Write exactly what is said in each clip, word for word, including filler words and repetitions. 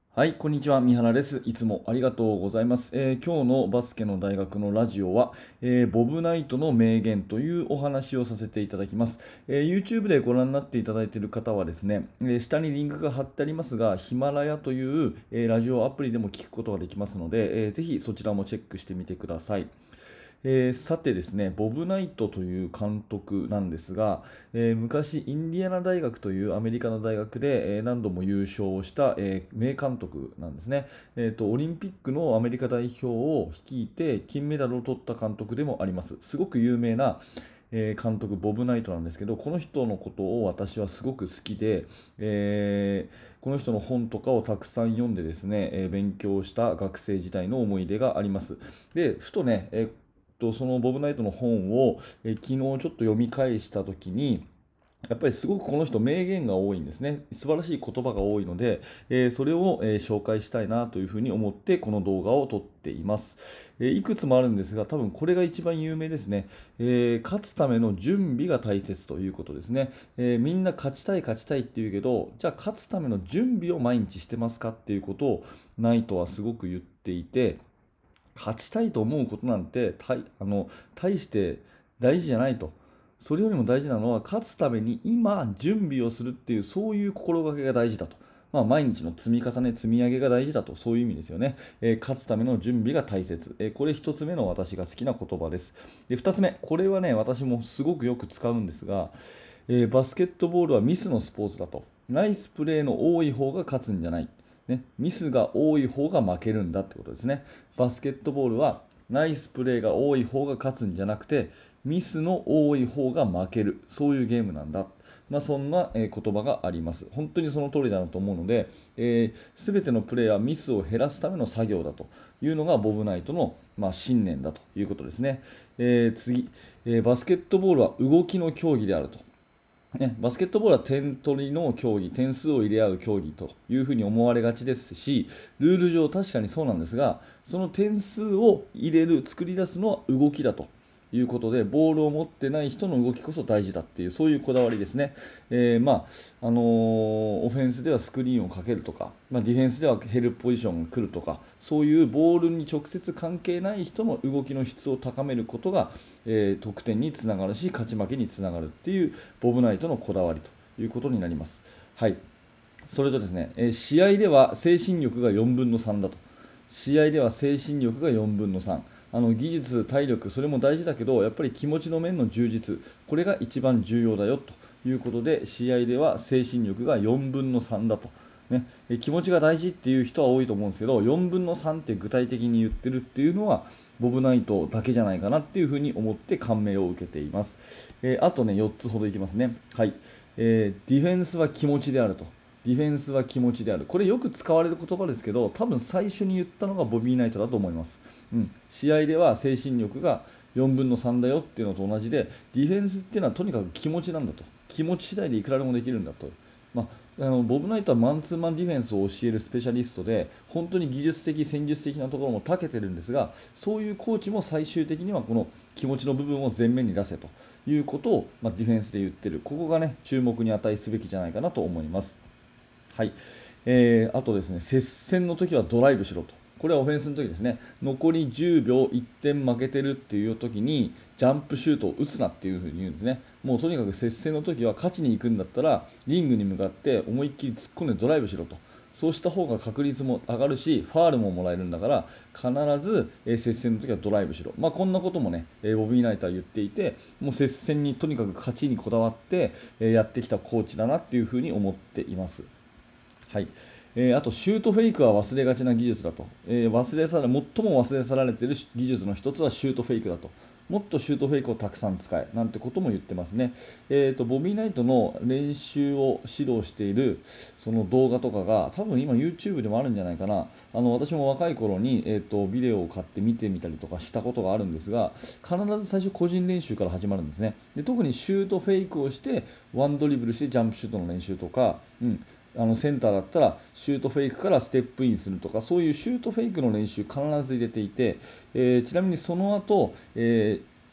はい、こんにちは。三原です。いつもありがとうございます。えー今日のバスケの大学のラジオは、えーボブナイトの名言というお話をさせていただきます。えー YouTube でご覧になっていただいている方はですね、えー下にリンクが貼ってありますが、ヒマラヤという、えーラジオアプリでも聞くことができますので、えーぜひそちらもチェックしてみてください。えーさてですね、ボブ・ナイトという監督なんですが、えー昔、インディアナ大学というアメリカの大学で、えー何度も優勝をした、えー名監督なんですね。えーと、オリンピックのアメリカ代表を率いて金メダルを取った監督でもあります。すごく有名な、えー監督、ボブ・ナイトなんですけど、この人のことを私はすごく好きで、えーこの人の本とかをたくさん読んでですね、えー勉強した学生時代の思い出があります。で、ふとね、えーとそのボブ・ナイトの本を、えー昨日ちょっと読み返したときに、やっぱりすごくこの人名言が多いんですね。素晴らしい言葉が多いので、えーそれを、えー紹介したいなというふうに思ってこの動画を撮っています。えーいくつもあるんですが、多分これが一番有名ですね。えー勝つための準備が大切ということですね。えーみんな勝ちたい勝ちたいって言うけど、じゃあ勝つための準備を毎日してますかっていうことをナイトはすごく言っていて、勝ちたいと思うことなんて大あの大して大事じゃないと。それよりも大事なのは勝つために今準備をするっていうそういう心がけが大事だと。まあ、毎日の積み重ね、積み上げが大事だと、そういう意味ですよね。えー勝つための準備が大切。えーこれ一つ目の私が好きな言葉です。で、二つ目、これはね、私もすごくよく使うんですが、えーバスケットボールはミスのスポーツだと。ナイスプレーの多い方が勝つんじゃない。ね、ミスが多い方が負けるんだってことですね。バスケットボールはナイスプレーが多い方が勝つんじゃなくて、ミスの多い方が負ける。そういうゲームなんだ。まあ、そんな、えー言葉があります。本当にその通りだなと思うので、えー、全てのプレーはミスを減らすための作業だというのがボブナイトの、まあ、信念だということですね。えー次、えーバスケットボールは動きの競技であると。ね、バスケットボールは点取りの競技、点数を入れ合う競技というふうに思われがちですし、ルール上確かにそうなんですが、その点数を入れる、作り出すのは動きだということで、ボールを持ってない人の動きこそ大事だっていう、そういうこだわりですね。えーまあ、あのーオフェンスではスクリーンをかけるとか、まあ、ディフェンスではヘルプポジションが来るとか、そういうボールに直接関係ない人の動きの質を高めることが、えー得点につながるし、勝ち負けにつながるっていうボブナイトのこだわりということになります。はい。それとですね、えー試合では精神力がよんぶんのさんだと。試合では精神力がよんぶんのさん。あの技術、体力、それも大事だけど、やっぱり気持ちの面の充実、これが一番重要だよということで、試合では精神力がよんぶんのさんだと。ね、え気持ちが大事っていう人は多いと思うんですけど、よんぶんのさんって具体的に言ってるっていうのは、ボブナイトだけじゃないかなっていうふうに思って感銘を受けています。えーあとね、よっつほどいきますね。はい。えーディフェンスは気持ちであると。ディフェンスは気持ちである。これよく使われる言葉ですけど、多分最初に言ったのがボビー・ナイトだと思います。うん、試合では精神力がよんぶんのさんだよっていうのと同じで、ディフェンスっていうのはとにかく気持ちなんだと。気持ち次第でいくらでもできるんだと。まあ、あのボブ・ナイトはマンツーマンディフェンスを教えるスペシャリストで、本当に技術的、戦術的なところも長けてるんですが、そういうコーチも最終的にはこの気持ちの部分を前面に出せということを、まあ、ディフェンスで言ってる。ここがね、注目に値すべきじゃないかなと思います。はい。えーあとですね、接戦の時はドライブしろと。これはオフェンスの時ですね。残りじゅうびょういってん負けてるっていう時に、ジャンプシュートを打つなっていう風に言うんですね。もうとにかく接戦の時は勝ちに行くんだったら、リングに向かって思いっきり突っ込んでドライブしろと。そうした方が確率も上がるし、ファールももらえるんだから、必ず、えー接戦の時はドライブしろ。まあ、こんなこともね、えーボビー・ナイトは言っていて、もう接戦にとにかく勝ちにこだわって、えーやってきたコーチだなっていうふうに思っています。はい。えーあと、シュートフェイクは忘れがちな技術だと。えー忘れ去ら最も忘れ去られている技術の一つはシュートフェイクだと。もっとシュートフェイクをたくさん使え。なんてことも言ってますね。えーと、ボビー・ナイトの練習を指導しているその動画とかが、多分今 YouTube でもあるんじゃないかな。あの、私も若い頃に、えーと、ビデオを買って見てみたりとかしたことがあるんですが、必ず最初個人練習から始まるんですね。で、特にシュートフェイクをして、ワンドリブルしてジャンプシュートの練習とか、うん、あのセンターだったらシュートフェイクからステップインするとかそういうシュートフェイクの練習必ず入れていて、えーちなみにその後、えー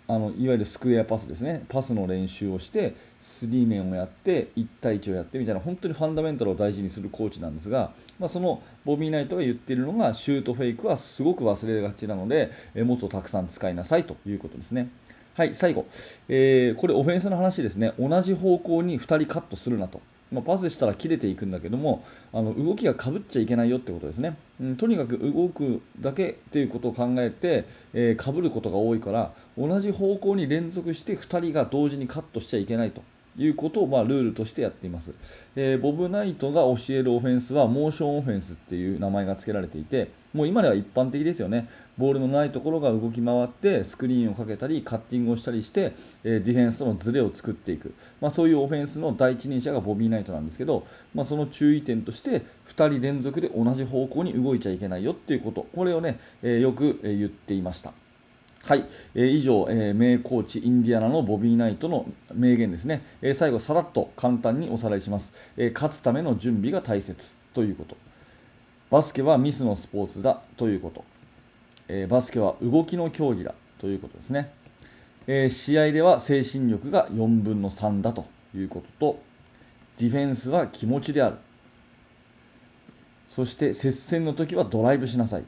あのいわゆるスクエアパスですね、パスの練習をして、スリー面をやって、いち対いちをやってみたいな、本当にファンダメンタルを大事にするコーチなんですが、まあ、そのボビー・ナイトが言っているのが、シュートフェイクはすごく忘れがちなので、えもっとたくさん使いなさいということですね。はい、最後、えーこれオフェンスの話ですね。同じ方向にふたりカットするなと。まあ、パスしたら切れていくんだけども、あの動きがかぶっちゃいけないよってことですね。うん、とにかく動くだけということを考えて、えー、かぶることが多いから、同じ方向に連続してふたりが同時にカットしちゃいけないということを、まあ、ルールとしてやっています。えーボブ・ナイトが教えるオフェンスはモーションオフェンスっていう名前が付けられていて、もう今では一般的ですよね。ボールのないところが動き回ってスクリーンをかけたりカッティングをしたりして、えーディフェンスとのズレを作っていく、まあ、そういうオフェンスの第一人者がボビー・ナイトなんですけど、まあ、その注意点としてふたり連続で同じ方向に動いちゃいけないよっていうこと、これをね、えーよくえー言っていました。はい、えー以上、えー名コーチインディアナのボビー・ナイトの名言ですね。えー最後、さらっと簡単におさらいします。えー勝つための準備が大切ということ、バスケはミスのスポーツだということ、えーバスケは動きの競技だということですね。えー試合では精神力がよんぶんのさんだということと、ディフェンスは気持ちである。そして接戦の時はドライブしなさい。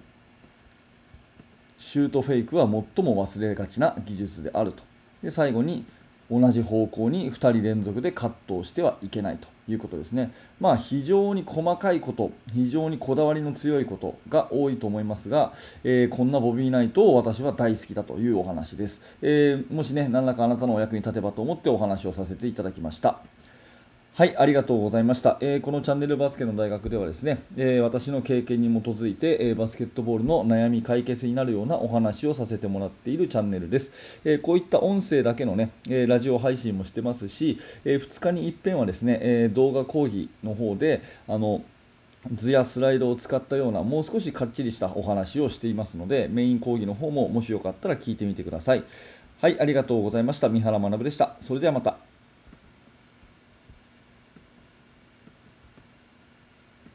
シュートフェイクは最も忘れがちな技術であると。で最後に、同じ方向にふたり連続でカットをしてはいけないということですね。まあ非常に細かいこと、非常にこだわりの強いことが多いと思いますが、えーこんなボビーナイトを私は大好きだというお話です。えーもしね、何らかあなたのお役に立てばと思ってお話をさせていただきました。はい、ありがとうございました。えーこのチャンネルバスケの大学ではですね、えー私の経験に基づいて、えーバスケットボールの悩み解決になるようなお話をさせてもらっているチャンネルです。えーこういった音声だけのね、えーラジオ配信もしてますし、えーふつかに一遍はですね、えー動画講義の方で、あの、図やスライドを使ったようなもう少しかっちりしたお話をしていますので、メイン講義の方ももしよかったら聞いてみてください。はい、ありがとうございました。三原学でした。それではまた。